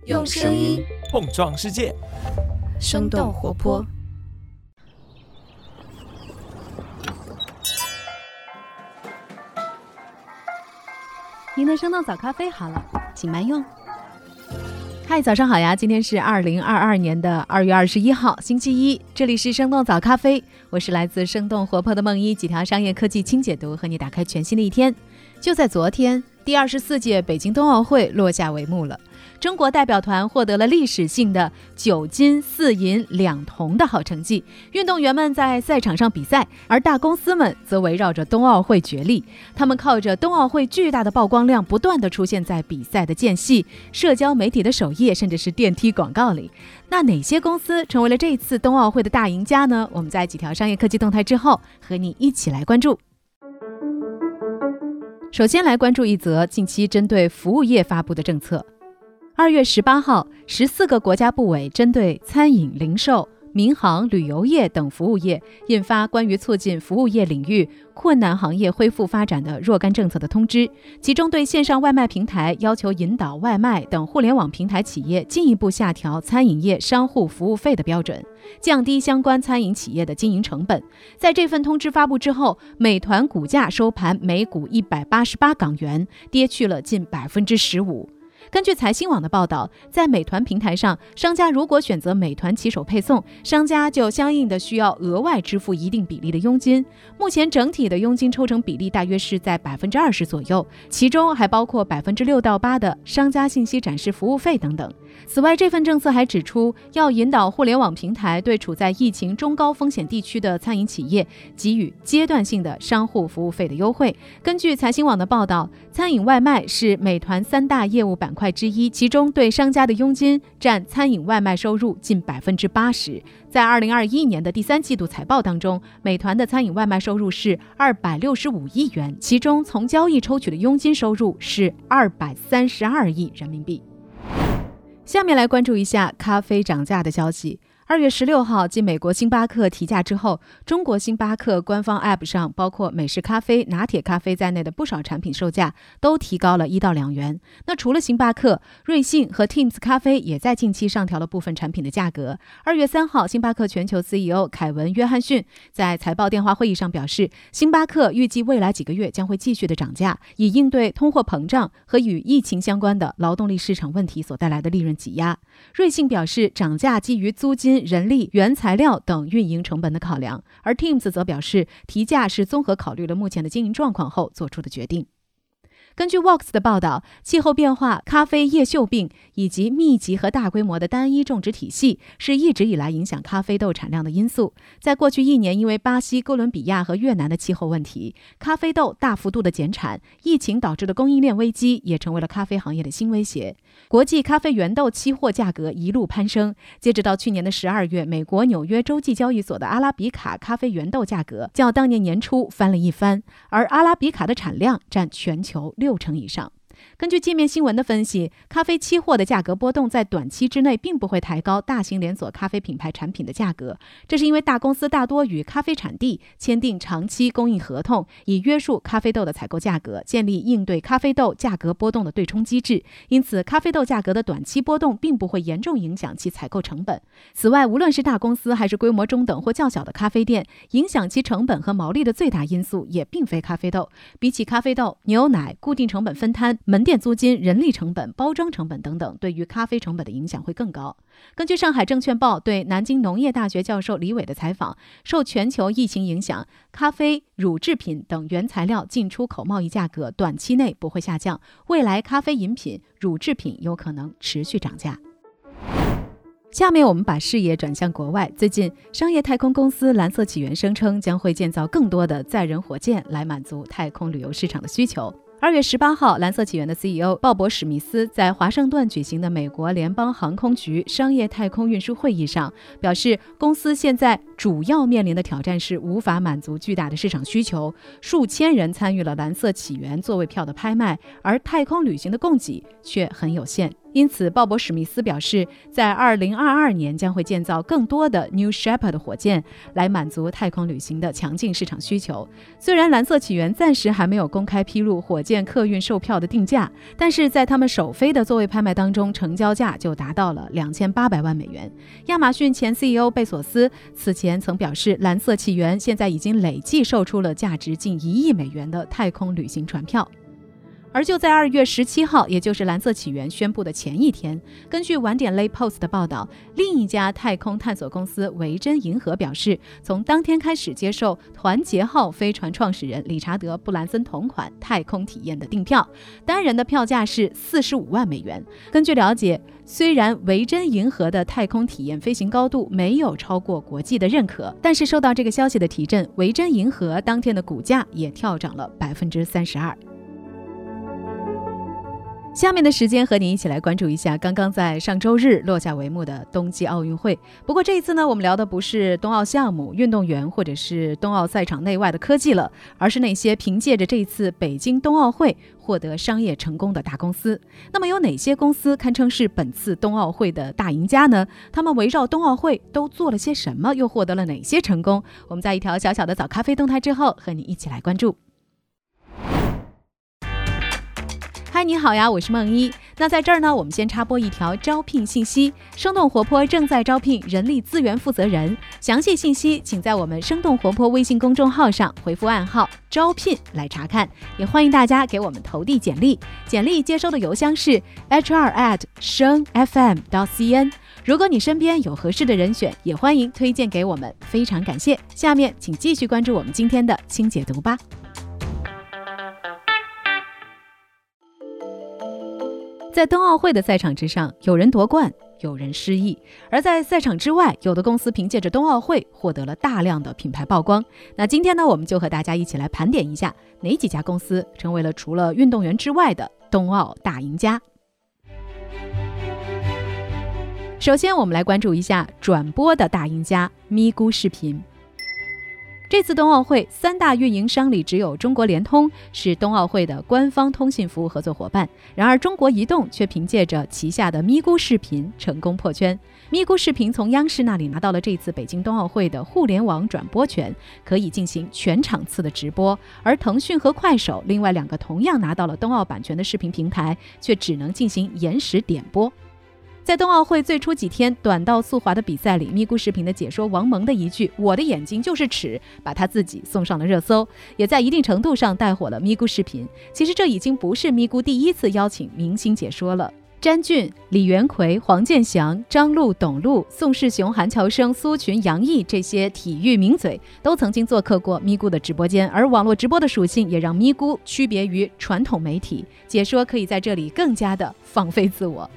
用声音碰撞世界， 生动活泼。 您的生动早咖啡好了，请慢用。嗨，早上好呀！今天是2022年的2月21号，星期一，这里是生动早咖啡，我是来自生动活泼的梦一，几条商业科技轻解读，和你打开全新的一天。就在昨天，第24届北京冬奥会落下帷幕了。中国代表团获得了历史性的9金4银2铜的好成绩，运动员们在赛场上比赛，而大公司们则围绕着冬奥会角力。他们靠着冬奥会巨大的曝光量，不断地出现在比赛的间隙、社交媒体的首页，甚至是电梯广告里。那哪些公司成为了这次冬奥会的大赢家呢？我们在几条商业科技动态之后，和你一起来关注。首先来关注一则近期针对服务业发布的政策。2月18号，14个国家部委针对餐饮、零售、民航、旅游业等服务业印发关于促进服务业领域困难行业恢复发展的若干政策的通知，其中对线上外卖平台要求引导外卖等互联网平台企业进一步下调餐饮业商户服务费的标准，降低相关餐饮企业的经营成本。在这份通知发布之后，美团股价收盘每股188港元，跌去了近15%。根据财新网的报道，在美团平台上，商家如果选择美团骑手配送，商家就相应的需要额外支付一定比例的佣金。目前整体的佣金抽成比例大约是在20%左右，其中还包括6%到8%的商家信息展示服务费等等。此外，这份政策还指出，要引导互联网平台对处在疫情中高风险地区的餐饮企业给予阶段性的商户服务费的优惠。根据财新网的报道，餐饮外卖是美团3大业务板块之一，其中对商家的佣金占餐饮外卖收入近80%。在2021年的第3季度财报当中，美团的餐饮外卖收入是265亿元，其中从交易抽取的佣金收入是232亿人民币。下面来关注一下咖啡涨价的消息。2月16号，继美国星巴克提价之后，中国星巴克官方 App 上包括美式咖啡、拿铁咖啡在内的不少产品售价都提高了1到2元。那除了星巴克，瑞幸和 Teams 咖啡也在近期上调了部分产品的价格。2月3号，星巴克全球 CEO 凯文·约翰逊在财报电话会议上表示，星巴克预计未来几个月将会继续的涨价，以应对通货膨胀和与疫情相关的劳动力市场问题所带来的利润挤压。瑞幸表示，涨价基于租金、人力、原材料等运营成本的考量，而 Teams 则表示，提价是综合考虑了目前的经营状况后做出的决定。根据 Vox 的报道，气候变化、咖啡叶锈病以及密集和大规模的单一种植体系是一直以来影响咖啡豆产量的因素。在过去1年，因为巴西、哥伦比亚和越南的气候问题，咖啡豆大幅度的减产，疫情导致的供应链危机也成为了咖啡行业的新威胁。国际咖啡原豆期货价格一路攀升，截止到去年的12月，美国纽约洲际交易所的阿拉比卡咖啡原豆价格较当年年初翻了一番，而阿拉比卡的产量占全球60%以上。根据界面新闻的分析，咖啡期货的价格波动在短期之内并不会抬高大型连锁咖啡品牌产品的价格，这是因为大公司大多与咖啡产地签订长期供应合同，以约束咖啡豆的采购价格，建立应对咖啡豆价格波动的对冲机制，因此咖啡豆价格的短期波动并不会严重影响其采购成本。此外，无论是大公司还是规模中等或较小的咖啡店，影响其成本和毛利的最大因素也并非咖啡豆。比起咖啡豆，牛奶、固定成本分摊、门店租金、人力成本、包装成本等等，对于咖啡成本的影响会更高。根据上海证券报对南京农业大学教授李伟的采访，受全球疫情影响，咖啡、乳制品等原材料进出口贸易价格短期内不会下降，未来咖啡饮品、乳制品有可能持续涨价。下面我们把视野转向国外。最近，商业太空公司蓝色起源声称将会建造更多的载人火箭来满足太空旅游市场的需求。2月18号，蓝色起源的 CEO 鲍勃·史密斯在华盛顿举行的美国联邦航空局商业太空运输会议上表示，公司现在主要面临的挑战是无法满足巨大的市场需求。数千人参与了蓝色起源座位票的拍卖，而太空旅行的供给却很有限。 因此鲍勃·史密斯表示，在2022年将会建造更多的 New Shepard 火箭，来满足太空旅行的强劲市场需求。虽然蓝色起源暂时还没有公开披露火箭客运售票的定价，但是在他们首飞的座位拍卖当中，成交价就达到了2800万美元。亚马逊前 CEO 贝索斯此前曾表示，蓝色起源现在已经累计售出了价值近1亿美元的太空旅行船票。而就在2月17号，也就是蓝色起源宣布的前一天，根据晚点 Late Post 的报道，另一家太空探索公司维珍银河表示，从当天开始接受团结号飞船创始人理查德·布兰森同款太空体验的订票，单人的票价是45万美元。根据了解，虽然维珍银河的太空体验飞行高度没有超过国际的认可，但是受到这个消息的提振，维珍银河当天的股价也跳涨了32%。下面的时间和你一起来关注一下刚刚在上周日落下帷幕的冬季奥运会。不过这一次呢，我们聊的不是冬奥项目、运动员或者是冬奥赛场内外的科技了，而是那些凭借着这一次北京冬奥会获得商业成功的大公司。那么有哪些公司堪称是本次冬奥会的大赢家呢？他们围绕冬奥会都做了些什么，又获得了哪些成功？我们在一条小小的早咖啡动态之后，和你一起来关注。嗨，你好呀，我是梦一。那在这儿呢，我们先插播一条招聘信息，生动活泼正在招聘人力资源负责人，详细信息请在我们生动活泼微信公众号上回复暗号招聘来查看，也欢迎大家给我们投递简历，简历接收的邮箱是 hr@shengfm.cn。 如果你身边有合适的人选，也欢迎推荐给我们，非常感谢。下面请继续关注我们今天的轻解读吧。在冬奥会的赛场之上，有人夺冠，有人失意；而在赛场之外，有的公司凭借着冬奥会获得了大量的品牌曝光。那今天呢，我们就和大家一起来盘点一下哪几家公司成为了除了运动员之外的冬奥大赢家。首先，我们来关注一下转播的大赢家咪咕视频。这次冬奥会3大运营商里，只有中国联通是冬奥会的官方通信服务合作伙伴。然而中国移动却凭借着旗下的咪咕视频成功破圈。咪咕视频从央视那里拿到了这次北京冬奥会的互联网转播权，可以进行全场次的直播。而腾讯和快手另外2个同样拿到了冬奥版权的视频平台，却只能进行延时点播。在冬奥会最初几天短道速滑的比赛里，咪咕视频的解说王蒙的一句我的眼睛就是尺，把他自己送上了热搜，也在一定程度上带火了咪咕视频。其实这已经不是咪咕第一次邀请明星解说了，詹俊、李元奎、黄健翔、张璐、董路、宋世雄、韩乔生、苏群、杨毅这些体育名嘴都曾经做客过咪咕的直播间。而网络直播的属性也让咪咕区别于传统媒体，解说可以在这里更加的放飞自我。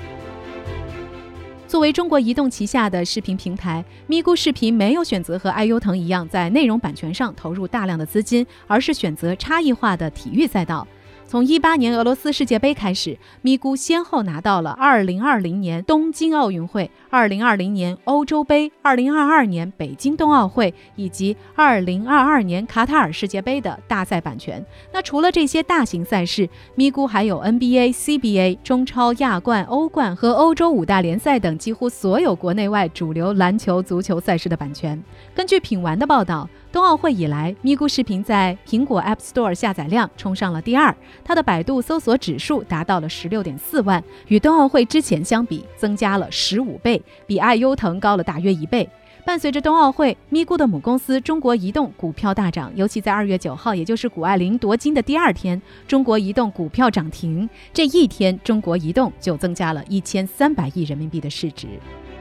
作为中国移动旗下的视频平台，咪咕视频没有选择和爱优腾一样在内容版权上投入大量的资金，而是选择差异化的体育赛道。从18年俄罗斯世界杯开始，咪咕先后拿到了2020年东京奥运会、2020年欧洲杯、2022年北京冬奥会以及2022年卡塔尔世界杯的大赛版权。那除了这些大型赛事，咪咕还有 NBA、CBA、中超、亚冠、欧冠和欧洲5大联赛等几乎所有国内外主流篮球、足球赛事的版权。根据品玩的报道，冬奥会以来，咪咕视频在苹果 App Store 下载量冲上了第2，它的百度搜索指数达到了16.4万，与冬奥会之前相比增加了15倍，比爱优腾高了大约1倍。伴随着冬奥会，咪咕的母公司中国移动股票大涨，尤其在2月9号，也就是谷爱凌夺金的第2天，中国移动股票涨停，这一天中国移动就增加了1300亿人民币的市值。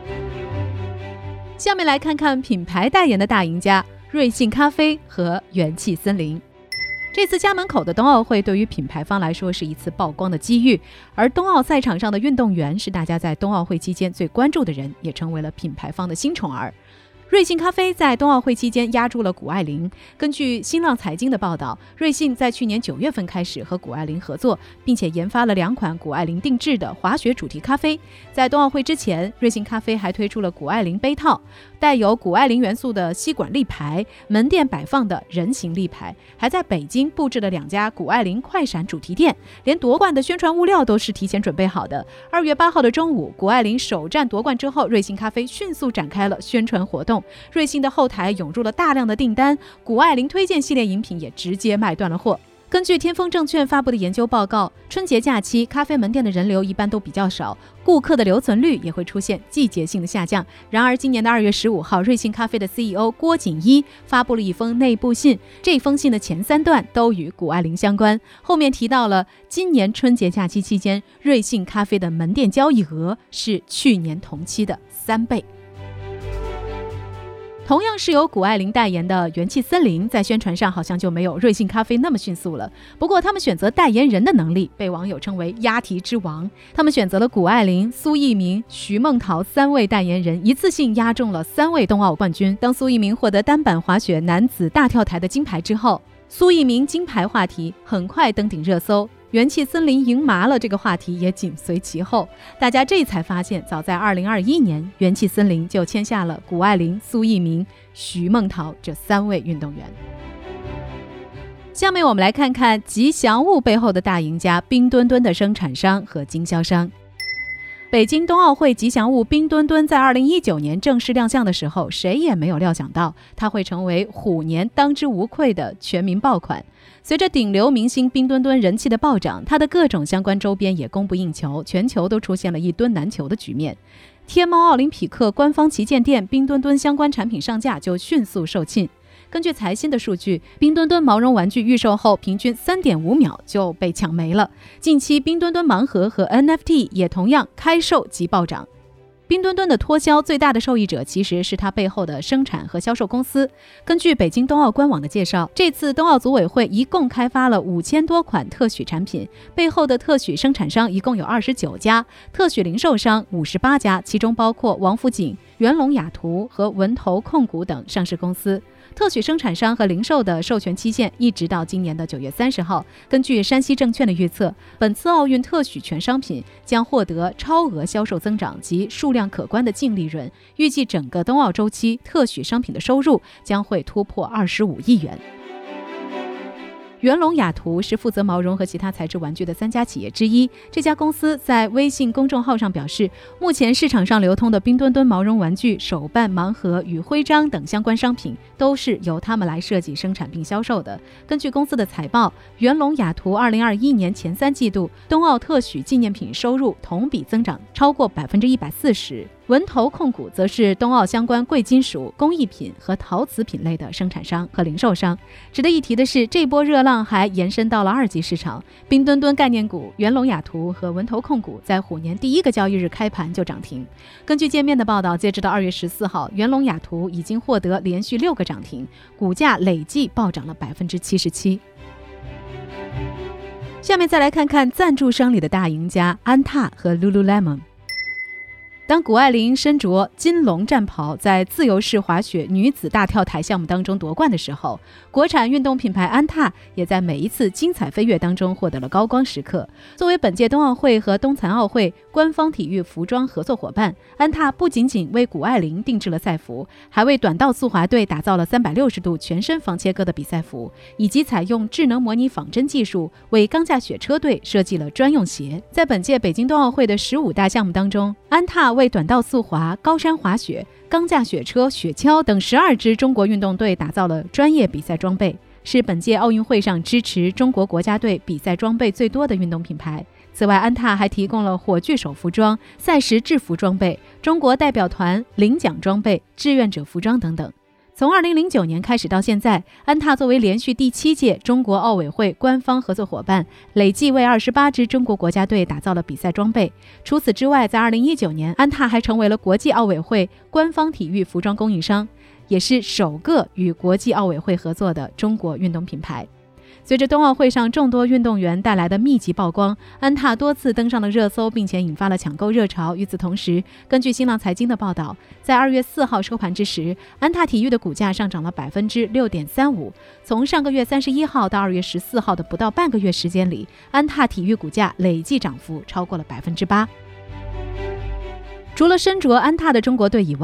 下面来看看品牌代言的大赢家瑞幸咖啡和元气森林。这次家门口的冬奥会对于品牌方来说是一次曝光的机遇，而冬奥赛场上的运动员是大家在冬奥会期间最关注的人，也成为了品牌方的新宠儿。瑞幸咖啡在冬奥会期间压住了谷爱凌。根据新浪财经的报道，瑞幸在去年9月份开始和谷爱凌合作，并且研发了2款谷爱凌定制的滑雪主题咖啡。在冬奥会之前，瑞幸咖啡还推出了谷爱凌杯套。 带有谷爱凌元素的吸管立牌，门店摆放的人形立牌，还在北京布置了2家谷爱凌快闪主题店，连夺冠的宣传物料都是提前准备好的。2月8号的中午，谷爱凌首战夺冠之后，瑞幸咖啡迅速展开了宣传活动，瑞幸的后台涌入了大量的订单，谷爱凌推荐系列饮品也直接卖断了货。根据天风证券发布的研究报告，春节假期咖啡门店的人流一般都比较少，顾客的留存率也会出现季节性的下降。然而今年的2月15号，瑞幸咖啡的 CEO 郭锦一发布了一封内部信，这封信的前3段都与谷爱凌相关，后面提到了今年春节假期期间，瑞幸咖啡的门店交易额是去年同期的3倍。同样是由谷爱凌代言的元气森林，在宣传上好像就没有瑞幸咖啡那么迅速了。不过他们选择代言人的能力被网友称为押题之王，他们选择了谷爱凌、苏翊鸣、徐梦桃3位代言人，一次性押中了3位冬奥冠军。当苏翊鸣获得单板滑雪男子大跳台的金牌之后，苏翊鸣金牌话题很快登顶热搜，元气森林赢麻了这个话题也紧随其后。大家这才发现，早在2021年，元气森林就签下了谷爱凌、苏翊鸣、徐梦桃这3位运动员。下面我们来看看吉祥物背后的大赢家冰墩墩的生产商和经销商。北京冬奥会吉祥物冰墩墩在2019年正式亮相的时候，谁也没有料想到它会成为虎年当之无愧的全民爆款。随着顶流明星冰墩墩人气的暴涨，它的各种相关周边也供不应求，全球都出现了一墩难求的局面。天猫奥林匹克官方旗舰店冰墩墩相关产品上架就迅速售罄。根据财新的数据，冰墩墩毛绒玩具预售后平均3.5秒就被抢没了。近期冰墩墩盲盒和 NFT 也同样开售即暴涨。冰墩墩的脱销最大的受益者其实是它背后的生产和销售公司。根据北京冬奥官网的介绍，这次冬奥组委会一共开发了5000多款特许产品，背后的特许生产商一共有29家，特许零售商58家，其中包括王府井、元龙雅图和文投控股等上市公司。特许生产商和零售的授权期限一直到今年的9月30号。根据山西证券的预测，本次奥运特许权商品将获得超额销售增长及数量可观的净利润，预计整个冬奥周期特许商品的收入将会突破25亿元。元龙雅图是负责毛绒和其他材质玩具的3家企业之一。这家公司在微信公众号上表示，目前市场上流通的冰墩墩毛绒玩具、手办、盲盒与徽章等相关商品都是由他们来设计、生产并销售的。根据公司的财报，元龙雅图2021年前3季度冬奥特许纪念品收入同比增长超过140%。文投控股则是冬奥相关贵金属、工艺品和陶瓷品类的生产商和零售商。值得一提的是，这波热浪还延伸到了2级市场，冰墩墩概念股、元龙雅图和文投控股在虎年第1个交易日开盘就涨停。根据界面的报道，截止到2月14号，元龙雅图已经获得连续6个涨停，股价累计暴涨了77%。下面再来看看赞助商里的大赢家安踏和 Lululemon。当谷爱凌身着金龙战袍在自由式滑雪女子大跳台项目当中夺冠的时候，国产运动品牌安踏也在每一次精彩飞跃当中获得了高光时刻。作为本届冬奥会和冬残奥会官方体育服装合作伙伴，安踏不仅仅为谷爱凌定制了赛服，还为短道速滑队打造了360度全身防切割的比赛服，以及采用智能模拟仿真技术为钢架雪车队设计了专用鞋。在本届北京冬奥会的15大项目当中，安踏为短道速滑、高山滑雪、钢架雪车、雪橇等12支中国运动队打造了专业比赛装备，是本届奥运会上支持中国国家队比赛装备最多的运动品牌。此外，安踏还提供了火炬手服装、赛时制服装备、中国代表团领奖装备、志愿者服装等等。从2009年开始到现在，安踏作为连续第7届中国奥委会官方合作伙伴，累计为28支中国国家队打造了比赛装备。除此之外，在2019年，安踏还成为了国际奥委会官方体育服装供应商，也是首个与国际奥委会合作的中国运动品牌。随着冬奥会上众多运动员带来的密集曝光，安踏多次登上了热搜，并且引发了抢购热潮。与此同时，根据新浪财经的报道，在2月4号收盘之时，安踏体育的股价上涨了 6.35%。从上个月31号到2月14号的不到半个月时间里，安踏体育股价累计涨幅超过了 8%。除了身着安踏的中国队以外，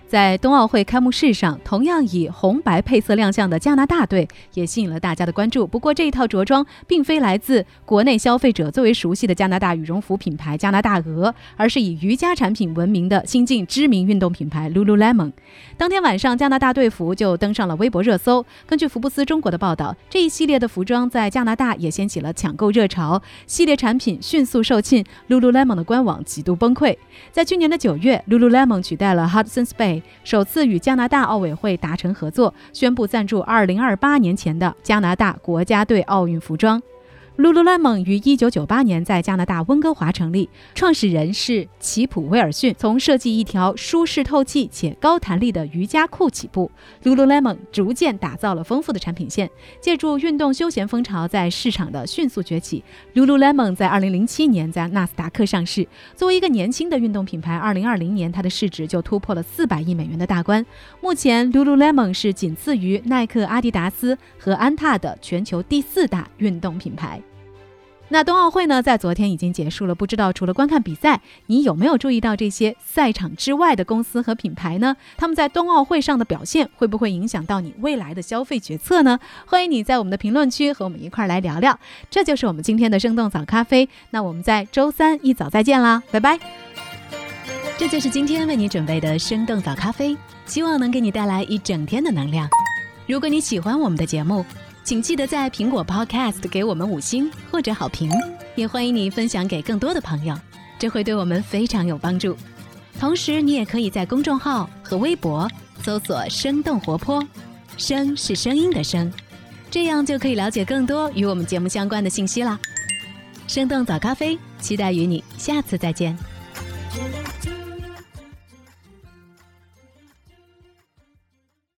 在冬奥会开幕式上，同样以红白配色亮相的加拿大队也吸引了大家的关注。不过这一套着装并非来自国内消费者最为熟悉的加拿大羽绒服品牌加拿大鹅，而是以瑜伽产品闻名的新晋知名运动品牌 Lululemon。 当天晚上加拿大队服就登上了微博热搜。根据福布斯中国的报道，这一系列的服装在加拿大也掀起了抢购热潮，系列产品迅速售罄， Lululemon 的官网极度崩溃。在去年的9月， Lululemon 取代了 Hudson's Bay，首次与加拿大奥委会达成合作，宣布赞助2028年前的加拿大国家队奥运服装。Lululemon 于1998年在加拿大温哥华成立，创始人是齐普威尔逊。从设计一条舒适透气且高弹力的瑜伽裤起步， Lululemon 逐渐打造了丰富的产品线。借助运动休闲风潮在市场的迅速崛起， Lululemon 在2007年在纳斯达克上市。作为一个年轻的运动品牌，2020年它的市值就突破了400亿美元的大关。目前 Lululemon 是仅次于耐克、阿迪达斯和安踏的全球第4大运动品牌。那冬奥会呢，在昨天已经结束了，不知道除了观看比赛，你有没有注意到这些赛场之外的公司和品牌呢？他们在冬奥会上的表现会不会影响到你未来的消费决策呢？欢迎你在我们的评论区和我们一块来聊聊。这就是我们今天的生动早咖啡，那我们在周3一早再见啦，拜拜。 这就是今天为你准备的生动早咖啡，希望能给你带来一整天的能量。如果你喜欢我们的节目，请记得在苹果 Podcast 给我们5星或者好评，也欢迎你分享给更多的朋友，这会对我们非常有帮助。同时你也可以在公众号和微博搜索生动活泼，声是声音的声，这样就可以了解更多与我们节目相关的信息啦。生动早咖啡，期待与你下次再见。